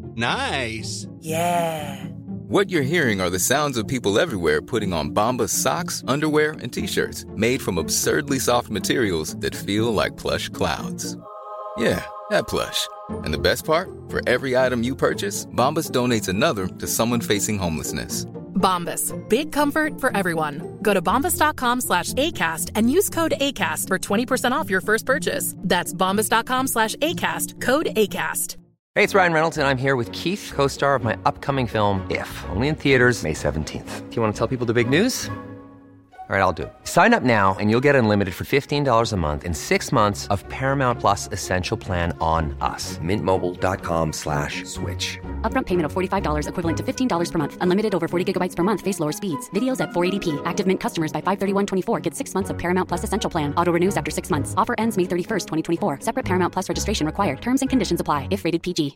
Nice. Yeah. What you're hearing are the sounds of people everywhere putting on Bombas socks, underwear, and T-shirts made from absurdly soft materials that feel like plush clouds. Yeah, that plush. And the best part? For every item you purchase, Bombas donates another to someone facing homelessness. Bombas. Big comfort for everyone. Go to bombas.com/ACAST and use code ACAST for 20% off your first purchase. That's bombas.com/ACAST. Code ACAST. Hey, it's Ryan Reynolds, and I'm here with Keith, co-star of my upcoming film, If, only in theaters May 17th. Do you want to tell people the big news? All right, I'll do it. Sign up now and you'll get unlimited for $15 a month and 6 months of Paramount Plus Essential Plan on us. MintMobile.com/switch. Upfront payment of $45 equivalent to $15 per month. Unlimited over 40 gigabytes per month. Face lower speeds. Videos at 480p. Active Mint customers by 531.24 get 6 months of Paramount Plus Essential Plan. Auto renews after 6 months. Offer ends May 31st, 2024. Separate Paramount Plus registration required. Terms and conditions apply if rated PG.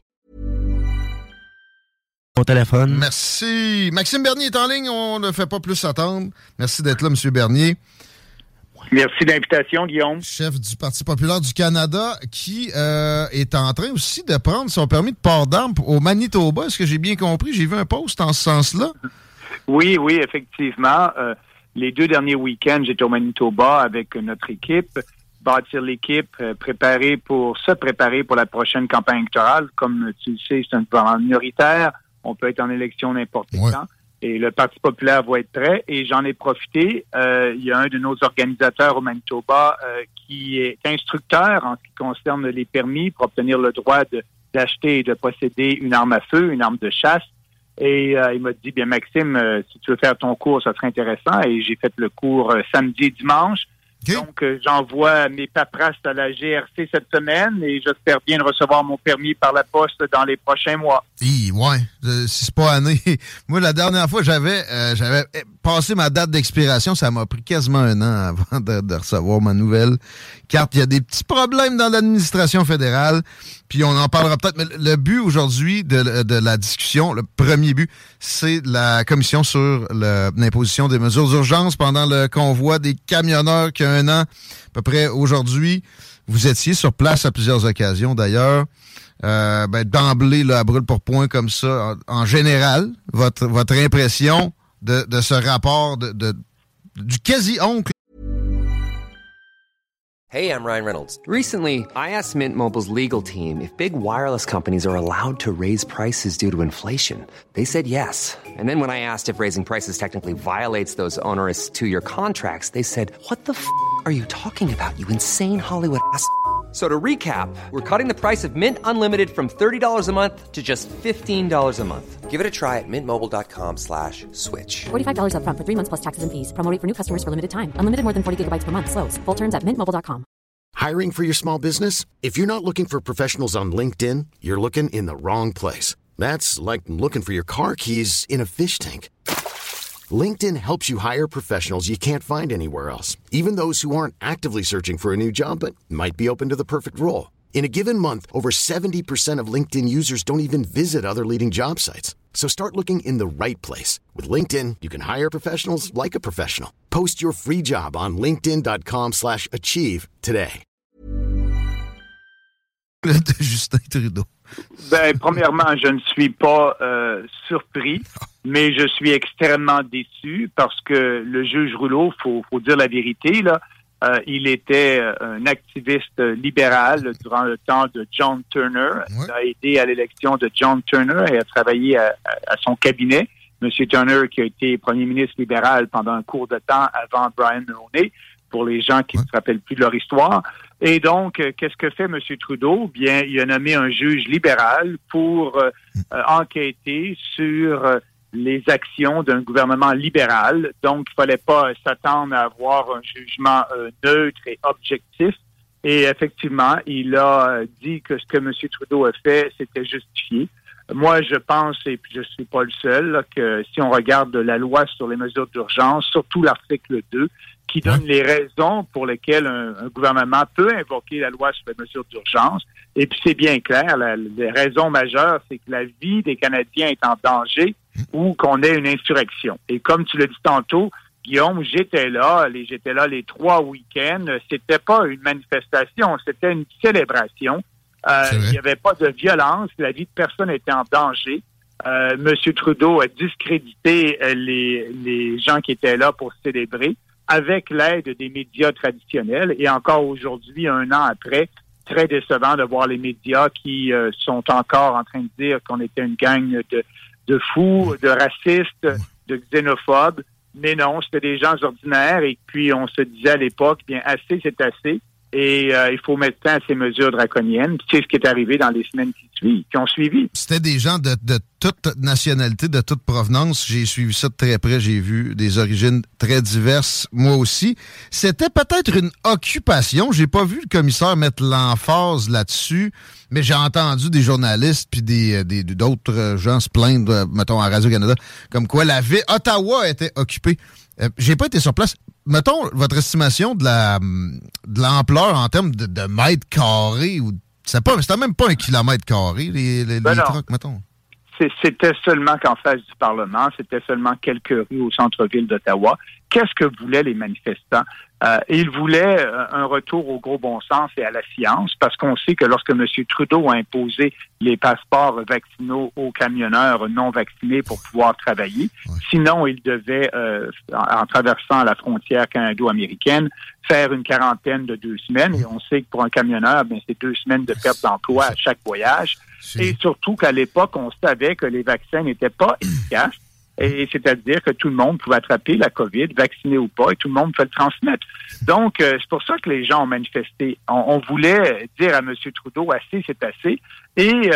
Au téléphone. Merci. Maxime Bernier est en ligne. On ne fait pas plus attendre. Merci d'être là, M. Bernier. Merci de l'invitation, Guillaume. Chef du Parti populaire du Canada, qui est en train aussi de prendre son permis de port d'armes au Manitoba. Est-ce que j'ai bien compris? J'ai vu un post en ce sens-là. Oui, effectivement. Les 2 derniers week-ends, j'étais au Manitoba avec notre équipe. Bâtir l'équipe, se préparer pour la prochaine campagne électorale. Comme tu le sais, c'est un gouvernement minoritaire. On peut être en élection n'importe quand. Et le Parti populaire va être prêt. Et j'en ai profité. Il y a un de nos organisateurs au Manitoba qui est instructeur en ce qui concerne les permis pour obtenir le droit d'acheter et de posséder une arme à feu, une arme de chasse. Et il m'a dit, bien Maxime, si tu veux faire ton cours, ça serait intéressant. Et j'ai fait le cours samedi et dimanche. Okay. Donc, j'envoie mes paperasses à la GRC cette semaine et j'espère bien recevoir mon permis par la poste dans les prochains mois. Si c'est pas année. Moi, la dernière fois, j'avais passé ma date d'expiration. Ça m'a pris quasiment 1 an avant de recevoir ma nouvelle carte. Il y a des petits problèmes dans l'administration fédérale. Puis on en parlera peut-être. Mais le but aujourd'hui de la discussion, le premier but, c'est la commission sur l'imposition des mesures d'urgence pendant le convoi des camionneurs qui a 1 an, à peu près aujourd'hui. Vous étiez sur place à plusieurs occasions d'ailleurs. D'emblée, là, à brûle-pour-point comme ça, en général, votre impression de ce rapport du quasi-oncle. Hey, I'm Ryan Reynolds. Recently, I asked Mint Mobile's legal team if big wireless companies are allowed to raise prices due to inflation. They said yes. And then when I asked if raising prices technically violates those onerous 2-year contracts, they said, "What the f*** are you talking about, you insane Hollywood ass?" So to recap, we're cutting the price of Mint Unlimited from $30 a month to just $15 a month. Give it a try at mintmobile.com/switch. $45 up front for 3 months plus taxes and fees. Promo rate for new customers for limited time. Unlimited more than 40 gigabytes per month. Slows full terms at mintmobile.com. Hiring for your small business? If you're not looking for professionals on LinkedIn, you're looking in the wrong place. That's like looking for your car keys in a fish tank. LinkedIn helps you hire professionals you can't find anywhere else, even those who aren't actively searching for a new job but might be open to the perfect role. In a given month, over 70% of LinkedIn users don't even visit other leading job sites. So start looking in the right place. With LinkedIn, you can hire professionals like a professional. Post your free job on linkedin.com/achieve today. De Justin Trudeau. Premièrement, je ne suis pas surpris, mais je suis extrêmement déçu parce que le juge Rouleau, faut dire la vérité, là, il était un activiste libéral durant le temps de John Turner. Il a aidé à l'élection de John Turner et a travaillé à son cabinet. Monsieur Turner, qui a été premier ministre libéral pendant un court de temps avant Brian Mulroney, pour les gens qui ne se rappellent plus de leur histoire. Et donc, qu'est-ce que fait M. Trudeau? Bien, il a nommé un juge libéral pour enquêter sur les actions d'un gouvernement libéral. Donc, il fallait pas s'attendre à avoir un jugement neutre et objectif. Et effectivement, il a dit que ce que M. Trudeau a fait, c'était justifié. Moi, je pense, et puis je suis pas le seul, là, que si on regarde la loi sur les mesures d'urgence, surtout l'article 2, qui donne les raisons pour lesquelles un gouvernement peut invoquer la loi sur les mesures d'urgence. Et puis c'est bien clair, les raisons majeures, c'est que la vie des Canadiens est en danger ou qu'on ait une insurrection. Et comme tu l'as dit tantôt, Guillaume, j'étais là les 3 week-ends. C'était pas une manifestation, c'était une célébration Il n'y avait pas de violence. La vie de personne était en danger. Monsieur Trudeau a discrédité les gens qui étaient là pour célébrer avec l'aide des médias traditionnels. Et encore aujourd'hui, 1 an après, très décevant de voir les médias qui sont encore en train de dire qu'on était une gang de fous, de racistes, de xénophobes. Mais non, c'était des gens ordinaires. Et puis, on se disait à l'époque, bien, assez, c'est assez. Et il faut mettre fin à ces mesures draconiennes. C'est ce qui est arrivé dans les semaines qui ont suivi. C'était des gens de toute nationalité, de toute provenance. J'ai suivi ça de très près. J'ai vu des origines très diverses, moi aussi. C'était peut-être une occupation. J'ai pas vu le commissaire mettre l'emphase là-dessus, mais j'ai entendu des journalistes puis d'autres gens se plaindre, mettons, à Radio-Canada, comme quoi la ville Ottawa était occupée. J'ai pas été sur place. Mettons, votre estimation de l'ampleur en termes de mètres carrés, ou c'était même pas 1 kilomètre carré, les trucks, mettons. C'était seulement qu'en face du Parlement, c'était seulement quelques rues au centre-ville d'Ottawa. Qu'est-ce que voulaient les manifestants? Ils voulaient un retour au gros bon sens et à la science, parce qu'on sait que lorsque M. Trudeau a imposé les passeports vaccinaux aux camionneurs non vaccinés pour pouvoir travailler, sinon ils devaient, en traversant la frontière canado-américaine, faire une quarantaine de 2 semaines. Et on sait que pour un camionneur, bien, c'est 2 semaines de perte d'emploi à chaque voyage. Et surtout qu'à l'époque, on savait que les vaccins n'étaient pas efficaces. Et c'est-à-dire que tout le monde pouvait attraper la COVID, vacciné ou pas, et tout le monde pouvait le transmettre. Donc, c'est pour ça que les gens ont manifesté. On voulait dire à M. Trudeau, assez, c'est assez. Et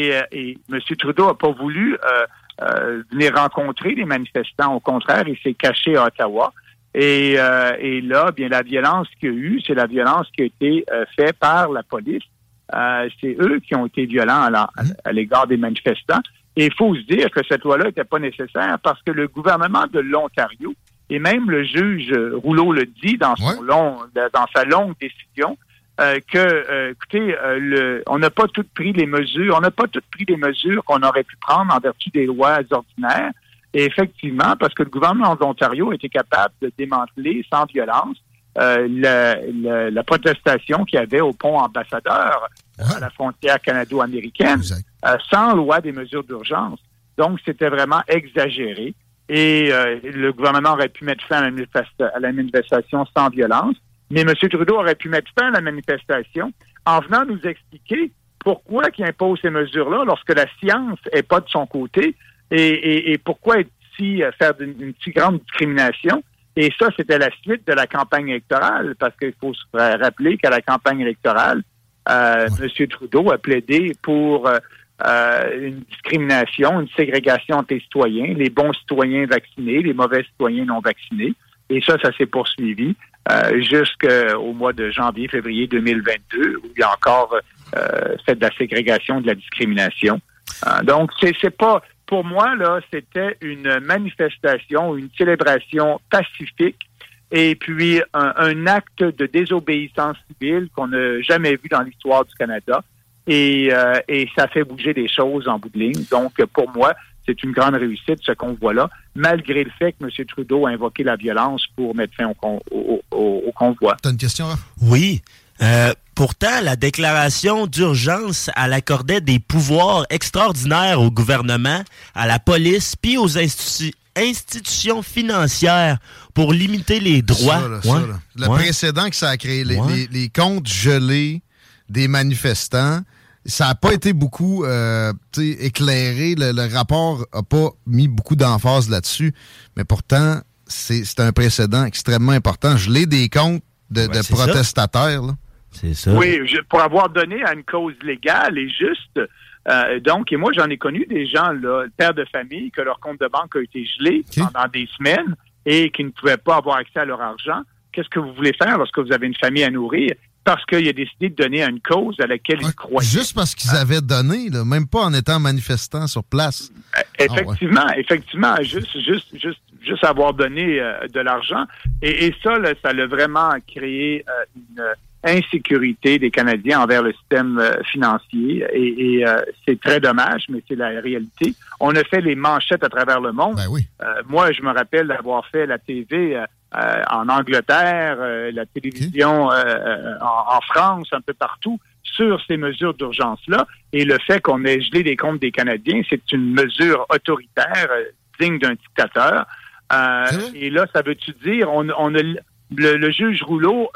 M. Trudeau n'a pas voulu venir rencontrer les manifestants. Au contraire, il s'est caché à Ottawa. Et là, bien, la violence qu'il y a eu, c'est la violence qui a été faite par la police. C'est eux qui ont été violents à l'égard des manifestants. Et il faut se dire que cette loi-là n'était pas nécessaire parce que le gouvernement de l'Ontario, et même le juge Rouleau le dit dans sa longue décision, écoutez, on n'a pas toutes pris les mesures qu'on aurait pu prendre en vertu des lois ordinaires. Et effectivement, parce que le gouvernement de l'Ontario était capable de démanteler sans violence la protestation qu'il y avait au pont Ambassadeur à la frontière canado-américaine, sans loi des mesures d'urgence. Donc, c'était vraiment exagéré. Et le gouvernement aurait pu mettre fin à la manifestation sans violence, mais M. Trudeau aurait pu mettre fin à la manifestation en venant nous expliquer pourquoi il impose ces mesures-là lorsque la science n'est pas de son côté et pourquoi faire une si grande discrimination. Et ça, c'était la suite de la campagne électorale, parce qu'il faut se rappeler qu'à la campagne électorale, M. Trudeau a plaidé pour une discrimination, une ségrégation entre les citoyens, les bons citoyens vaccinés, les mauvais citoyens non vaccinés. Et ça s'est poursuivi jusqu'au mois de janvier, février 2022, où il y a encore fait de la ségrégation, de la discrimination. Donc, c'est pas... Pour moi, là, c'était une manifestation, une célébration pacifique et puis un acte de désobéissance civile qu'on n'a jamais vu dans l'histoire du Canada. Et ça fait bouger des choses en bout de ligne. Donc, pour moi, c'est une grande réussite, ce qu'on voit là, malgré le fait que M. Trudeau a invoqué la violence pour mettre fin au convoi. T'as une question, là? Oui. Pourtant, la déclaration d'urgence, elle accordait des pouvoirs extraordinaires au gouvernement, à la police, puis aux institutions financières pour limiter les droits. Le précédent que ça a créé, les comptes gelés des manifestants, ça n'a pas été beaucoup éclairé. Le rapport n'a pas mis beaucoup d'emphase là-dessus, mais pourtant, c'est un précédent extrêmement important. Geler des comptes de protestataires, là. C'est ça. Oui, pour avoir donné à une cause légale et juste. Donc, et moi, j'en ai connu des gens, là, pères de famille, que leur compte de banque a été gelé pendant des semaines et qui ne pouvaient pas avoir accès à leur argent. Qu'est-ce que vous voulez faire lorsque vous avez une famille à nourrir? Parce qu'il a décidé de donner à une cause à laquelle il croyait. Juste parce qu'ils avaient donné, là, même pas en étant manifestant sur place. Effectivement, juste avoir donné de l'argent. Et ça, là, ça l'a vraiment créé une insécurité des Canadiens envers le système financier. Et c'est très dommage, mais c'est la réalité. On a fait les manchettes à travers le monde. Ben oui. Moi, je me rappelle d'avoir fait la TV en Angleterre, la télévision en France, un peu partout, sur ces mesures d'urgence-là. Et le fait qu'on ait gelé les comptes des Canadiens, c'est une mesure autoritaire, digne d'un dictateur. Et là, ça veut-tu dire, le juge Rouleau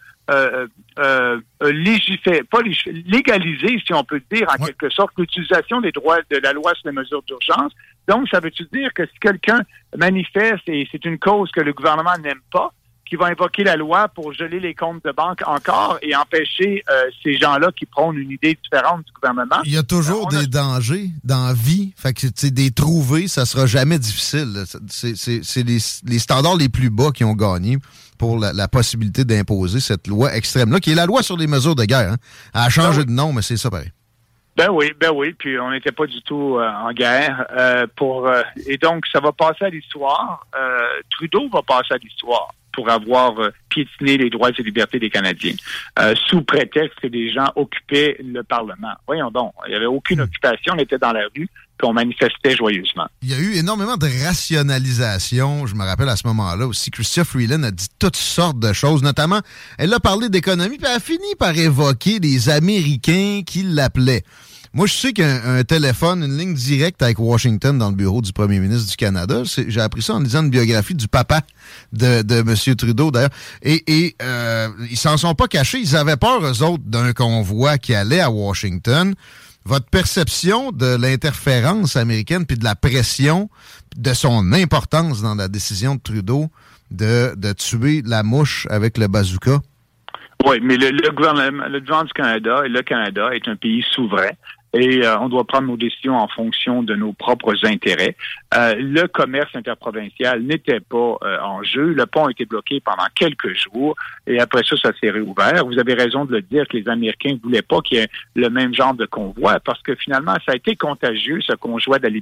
légalisé, si on peut dire, en quelque sorte, l'utilisation des droits de la loi sur les mesures d'urgence. Donc, ça veut-tu dire que si quelqu'un manifeste, et c'est une cause que le gouvernement n'aime pas, qui va invoquer la loi pour geler les comptes de banque encore et empêcher ces gens-là qui prônent une idée différente du gouvernement. Il y a toujours des dangers dans la vie. Fait que des trouver, ça sera jamais difficile. C'est les standards les plus bas qui ont gagné pour la possibilité d'imposer cette loi extrême-là, qui est la loi sur les mesures de guerre. Hein. Elle a changé de nom, mais c'est ça pareil. Ben oui. Puis on n'était pas du tout en guerre. Et donc, ça va passer à l'histoire. Trudeau va passer à l'histoire pour avoir piétiné les droits et libertés des Canadiens, sous prétexte que des gens occupaient le Parlement. Voyons donc, il n'y avait aucune occupation, on était dans la rue, puis on manifestait joyeusement. Il y a eu énormément de rationalisation, je me rappelle à ce moment-là aussi, Chrystia Freeland a dit toutes sortes de choses, notamment, elle a parlé d'économie, puis elle a fini par évoquer les Américains qui l'appelaient. Moi, je sais qu'un téléphone, une ligne directe avec Washington dans le bureau du premier ministre du Canada, j'ai appris ça en lisant une biographie du papa de M. Trudeau, d'ailleurs. Et ils s'en sont pas cachés. Ils avaient peur, eux autres, d'un convoi qui allait à Washington. Votre perception de l'interférence américaine puis de la pression, de son importance dans la décision de Trudeau de tuer la mouche avec le bazooka? Oui, mais le gouvernement du Canada et le Canada est un pays souverain. Et on doit prendre nos décisions en fonction de nos propres intérêts. Le commerce interprovincial n'était pas en jeu. Le pont a été bloqué pendant quelques jours et après ça s'est réouvert. Vous avez raison de le dire que les Américains ne voulaient pas qu'il y ait le même genre de convoi parce que finalement, ça a été contagieux, ce convoi de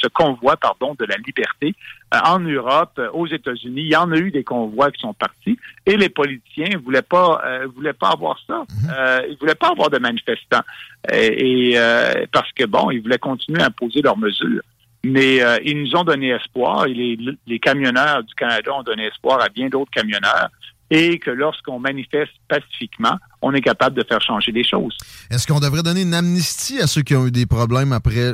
la liberté. En Europe, aux États-Unis, il y en a eu des convois qui sont partis et les politiciens voulaient pas avoir ça. Ils voulaient pas avoir de manifestants. Parce que, ils voulaient continuer à imposer leurs mesures. Mais ils nous ont donné espoir, et les camionneurs du Canada ont donné espoir à bien d'autres camionneurs, et que lorsqu'on manifeste pacifiquement, on est capable de faire changer les choses. Est-ce qu'on devrait donner une amnistie à ceux qui ont eu des problèmes après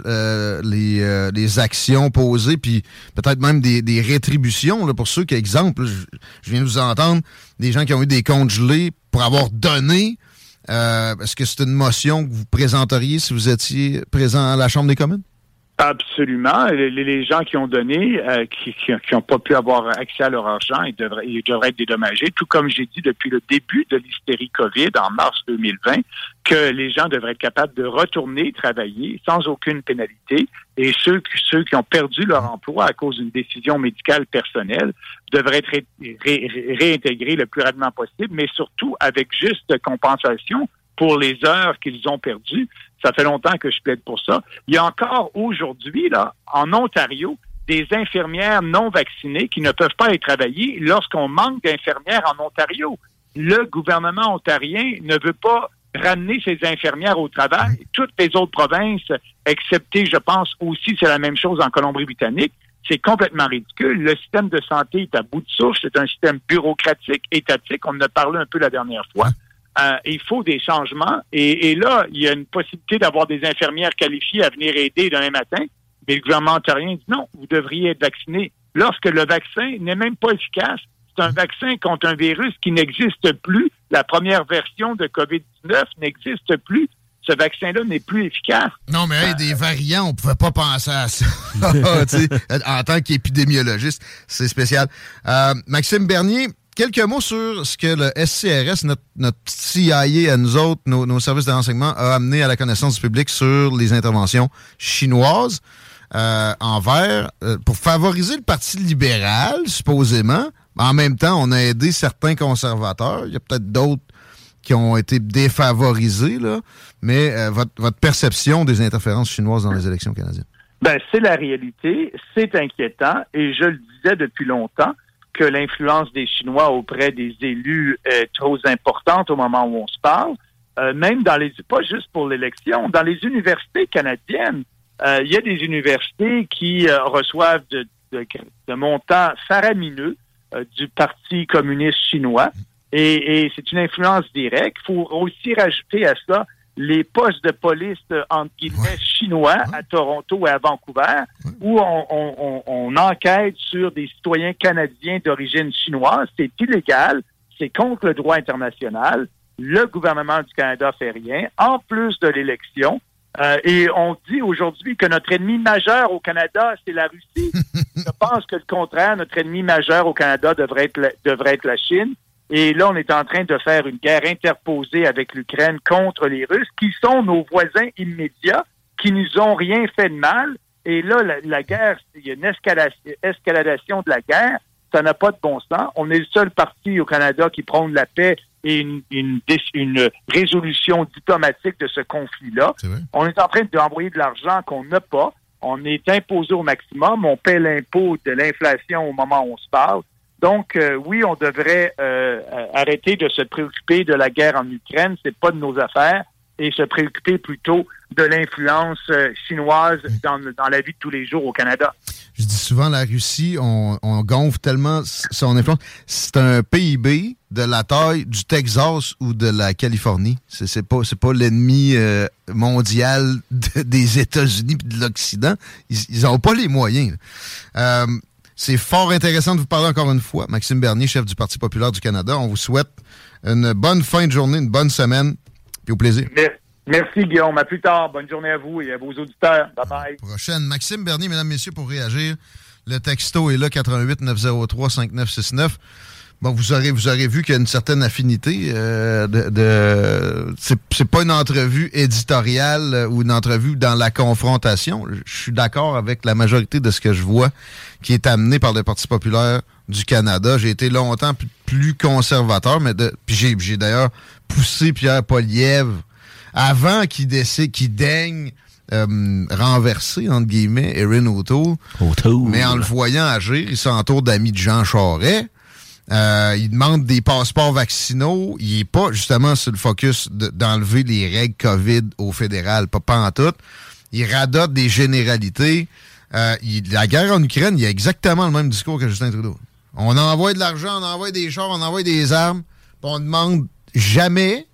les actions posées, puis peut-être même des rétributions là, pour ceux qui, exemple, je viens de vous entendre, des gens qui ont eu des comptes gelés pour avoir donné. Est-ce que c'est une motion que vous présenteriez si vous étiez présent à la Chambre des communes? Absolument. Les gens qui ont donné, qui n'ont pas pu avoir accès à leur argent, ils devraient être dédommagés. Tout comme j'ai dit depuis le début de l'hystérie COVID en mars 2020, que les gens devraient être capables de retourner travailler sans aucune pénalité. Et ceux qui ont perdu leur emploi à cause d'une décision médicale personnelle devraient être réintégrés le plus rapidement possible, mais surtout avec juste compensation pour les heures qu'ils ont perdues. Ça fait longtemps que je plaide pour ça. Il y a encore aujourd'hui, là, en Ontario, des infirmières non vaccinées qui ne peuvent pas aller travailler lorsqu'on manque d'infirmières en Ontario. Le gouvernement ontarien ne veut pas ramener ces infirmières au travail. Toutes les autres provinces, excepté, je pense aussi, c'est la même chose en Colombie-Britannique. C'est complètement ridicule. Le système de santé est à bout de souffle. C'est un système bureaucratique, étatique. On en a parlé un peu la dernière fois. Il faut des changements. Et là, il y a une possibilité d'avoir des infirmières qualifiées à venir aider demain matin. Mais le gouvernement ontarien dit non, vous devriez être vacciné. Lorsque le vaccin n'est même pas efficace, c'est un vaccin contre un virus qui n'existe plus. La première version de COVID-19 n'existe plus. Ce vaccin-là n'est plus efficace. Non, mais des variants, on pouvait pas penser à ça. En tant qu'épidémiologiste, c'est spécial. Maxime Bernier, quelques mots sur ce que le SCRS, notre CIA à nous autres, nos services de renseignement, a amené à la connaissance du public sur les interventions chinoises pour favoriser le Parti libéral, supposément. En même temps, on a aidé certains conservateurs. Il y a peut-être d'autres qui ont été défavorisés, là. Mais votre perception des interférences chinoises dans les élections canadiennes? C'est la réalité. C'est inquiétant. Et je le disais depuis longtemps que l'influence des Chinois auprès des élus est trop importante au moment où on se parle. Même pas juste pour l'élection, dans les universités canadiennes, il y a des universités qui reçoivent de montants faramineux du Parti communiste chinois. Et c'est une influence directe. Il faut aussi rajouter à ça les postes de police, entre guillemets, chinois à Toronto et à Vancouver, où on enquête sur des citoyens canadiens d'origine chinoise. C'est illégal, c'est contre le droit international. Le gouvernement du Canada fait rien, en plus de l'élection. Et on dit aujourd'hui que notre ennemi majeur au Canada, c'est la Russie. Je pense que le contraire, notre ennemi majeur au Canada devrait être la Chine. Et là, on est en train de faire une guerre interposée avec l'Ukraine contre les Russes, qui sont nos voisins immédiats, qui nous ont rien fait de mal. Et là, la guerre, il y a une escaladation de la guerre. Ça n'a pas de bon sens. On est le seul parti au Canada qui prône la paix et une résolution diplomatique de ce conflit-là. On est en train d'envoyer de l'argent qu'on n'a pas. On est imposé au maximum. On paie l'impôt de l'inflation au moment où on se parle. Donc, oui, on devrait arrêter de se préoccuper de la guerre en Ukraine. C'est pas de nos affaires. Et se préoccuper plutôt de l'influence chinoise dans la vie de tous les jours au Canada. Je dis souvent, la Russie, on gonfle tellement son influence. C'est un PIB de la taille du Texas ou de la Californie. C'est pas l'ennemi mondial des États-Unis et de l'Occident. Ils ont pas les moyens. C'est fort intéressant de vous parler encore une fois. Maxime Bernier, chef du Parti populaire du Canada. On vous souhaite une bonne fin de journée, une bonne semaine. Puis au plaisir. Merci, Guillaume. À plus tard. Bonne journée à vous et à vos auditeurs. Bye-bye. Prochaine. Maxime Bernier, mesdames, messieurs, pour réagir. Le texto est là, 88 903 5969. Bon, vous aurez vu qu'il y a une certaine affinité. C'est pas une entrevue éditoriale ou une entrevue dans la confrontation. Je suis d'accord avec la majorité de ce que je vois qui est amené par le Parti populaire du Canada. J'ai été longtemps plus conservateur, puis j'ai d'ailleurs poussé Pierre Poilievre avant qu'il daigne renverser, entre guillemets, Erin O'Toole. Mais en le voyant agir, il s'entoure d'amis de Jean Charest. Il demande des passeports vaccinaux. Il n'est pas justement sur le focus d'enlever les règles COVID au fédéral, pas en tout. Il radote des généralités. La guerre en Ukraine, il y a exactement le même discours que Justin Trudeau. On envoie de l'argent, on envoie des chars, on envoie des armes, puis on demande jamais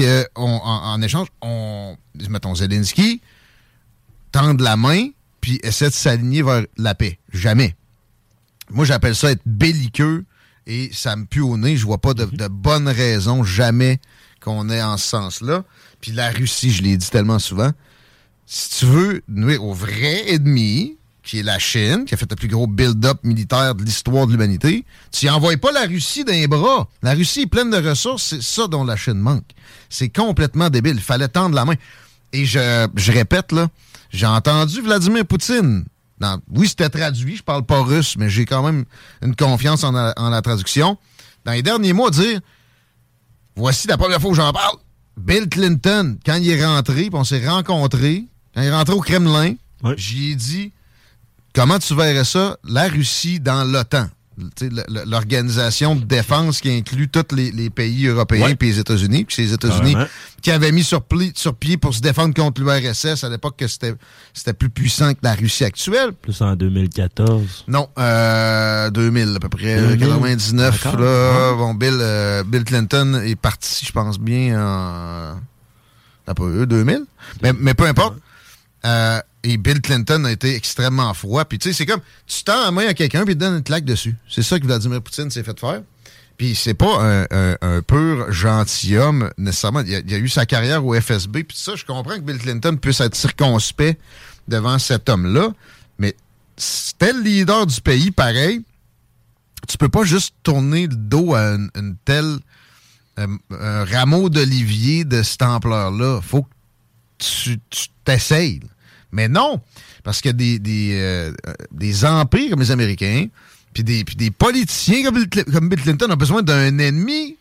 qu'en échange, mettons Zelensky, tende la main, puis essaie de s'aligner vers la paix. Jamais. Moi, j'appelle ça être belliqueux, et ça me pue au nez. Je vois pas de bonnes raisons, jamais, qu'on est en ce sens-là. Puis la Russie, je l'ai dit tellement souvent, si tu veux nuire au vrai ennemi, qui est la Chine, qui a fait le plus gros build-up militaire de l'histoire de l'humanité, tu n'envoies pas la Russie d'un bras. La Russie est pleine de ressources, c'est ça dont la Chine manque. C'est complètement débile. Il fallait tendre la main. Et je répète, là, j'ai entendu Vladimir Poutine. Oui, c'était traduit, je parle pas russe, mais j'ai quand même une confiance en la traduction. Dans les derniers mois, dire, voici la première fois où j'en parle, Bill Clinton, quand il est rentré, puis on s'est rencontrés, quand il est rentré au Kremlin, j'y ai dit, comment tu verrais ça, la Russie dans l'OTAN? L'organisation de défense qui inclut tous les pays européens et les États-Unis. Puis c'est les États-Unis qui avaient mis sur pied pour se défendre contre l'URSS à l'époque que c'était plus puissant que la Russie actuelle. Plus en 2014. Non, 2000 à peu près. 99. Là, bon, Bill Clinton est parti, je pense bien, en 2000. Mais peu importe. Et Bill Clinton a été extrêmement froid. Puis tu sais, c'est comme, tu tends la main à quelqu'un puis il te donne une claque dessus. C'est ça que Vladimir Poutine s'est fait faire. Puis c'est pas un pur gentilhomme, nécessairement. Il a eu sa carrière au FSB. Puis ça, je comprends que Bill Clinton puisse être circonspect devant cet homme-là. Mais c'était le leader du pays, pareil. Tu peux pas juste tourner le dos à une telle... un rameau d'olivier de cette ampleur-là. Faut que tu t'essayes. Mais non, parce que des empires comme les Américains, puis des politiciens comme Bill Clinton ont besoin d'un ennemi,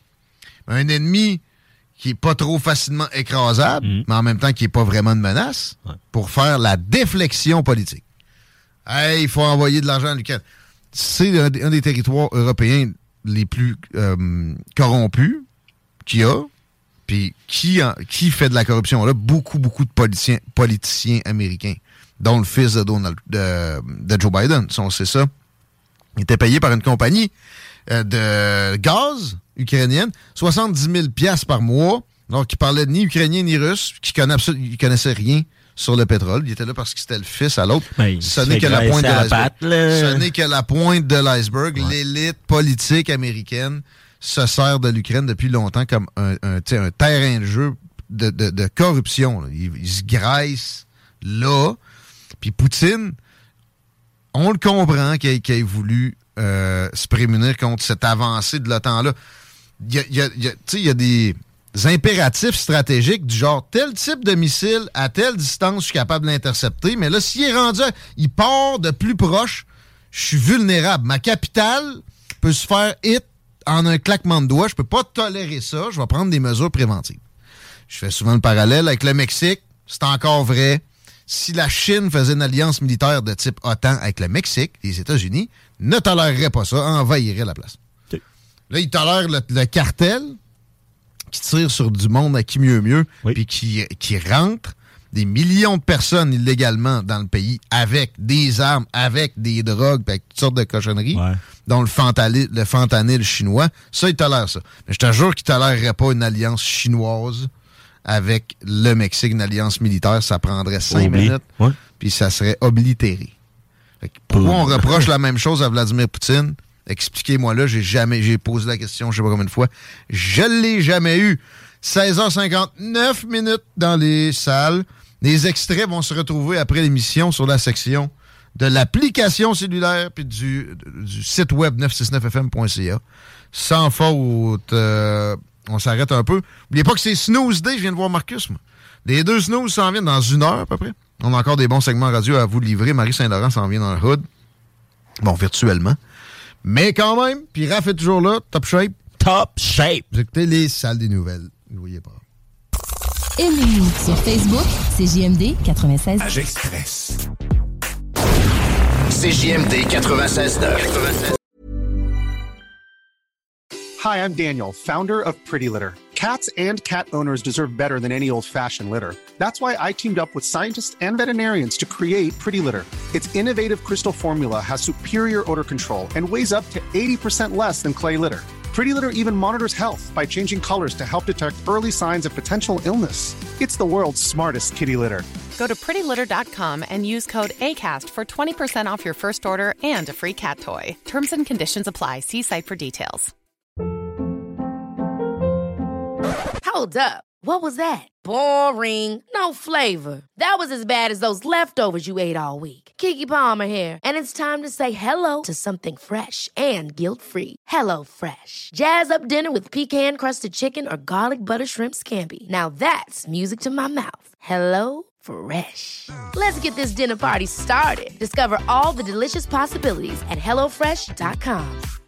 qui est pas trop facilement écrasable, mais en même temps qui est pas vraiment une menace, pour faire la déflexion politique. Hey, il faut envoyer de l'argent à l'Ukraine. C'est un des territoires européens les plus corrompus qu'il y a. Puis qui fait de la corruption là? Beaucoup de politiciens américains, dont le fils de Joe Biden. Si on sait ça, il était payé par une compagnie de gaz ukrainienne, 70 000 $ par mois, Donc, il parlait ni ukrainien ni russe, qui connaissait rien sur le pétrole. Il était là parce que c'était le fils à l'autre. Ce n'est que la pointe de l'iceberg. Ce n'est que la pointe de l'iceberg. Ouais. L'élite politique américaine se sert de l'Ukraine depuis longtemps comme un terrain de jeu de corruption. Ils se graissent là. Puis Poutine, on le comprend qu'il ait voulu se prémunir contre cette avancée de l'OTAN-là. Il y a des impératifs stratégiques du genre tel type de missile à telle distance, je suis capable de l'intercepter, mais là, s'il est rendu, il part de plus proche, je suis vulnérable. Ma capitale peut se faire hit en un claquement de doigts, je peux pas tolérer ça, je vais prendre des mesures préventives. Je fais souvent le parallèle avec le Mexique, c'est encore vrai. Si la Chine faisait une alliance militaire de type OTAN avec le Mexique, les États-Unis ne toléreraient pas ça, envahiraient la place. Okay. Là, ils tolèrent le cartel qui tire sur du monde à qui mieux, puis qui rentre des millions de personnes illégalement dans le pays avec des armes, avec des drogues, avec toutes sortes de cochonneries, dont le fentanyl chinois. Ça, ils tolèrent ça. Mais je te jure qu'ils ne toléreraient pas une alliance chinoise avec le Mexique, une alliance militaire. Ça prendrait 5 minutes, puis ça serait oblitéré. Pourquoi on reproche la même chose à Vladimir Poutine? Expliquez-moi-là, j'ai posé la question, je sais pas combien de fois. Je l'ai jamais eu. 16h59 minutes dans les salles. Les extraits vont se retrouver après l'émission sur la section de l'application cellulaire puis du site web 969fm.ca. Sans faute, on s'arrête un peu. N'oubliez pas que c'est Snooze Day, je viens de voir Marcus. Moi. Les 2 Snooze s'en viennent dans 1 heure à peu près. On a encore des bons segments radio à vous livrer. Marie Saint-Laurent s'en vient dans le hood. Bon, virtuellement. Mais quand même, puis Raph est toujours là, top shape. Top shape. Vous écoutez les salles des nouvelles. N'oubliez pas. Aimez-nous sur Facebook, CJMD 96. Âge Express. CJMD 96.9. Hi, I'm Daniel, founder of Pretty Litter. Cats and cat owners deserve better than any old-fashioned litter. That's why I teamed up with scientists and veterinarians to create Pretty Litter. Its innovative crystal formula has superior odor control and weighs up to 80% less than clay litter. Pretty Litter even monitors health by changing colors to help detect early signs of potential illness. It's the world's smartest kitty litter. Go to prettylitter.com and use code ACAST for 20% off your first order and a free cat toy. Terms and conditions apply. See site for details. Hold up. What was that? Boring. No flavor. That was as bad as those leftovers you ate all week. Keke Palmer here, and it's time to say hello to something fresh and guilt-free. Hello Fresh. Jazz up dinner with pecan-crusted chicken or garlic butter shrimp scampi. Now that's music to my mouth. Hello Fresh. Let's get this dinner party started. Discover all the delicious possibilities at HelloFresh.com.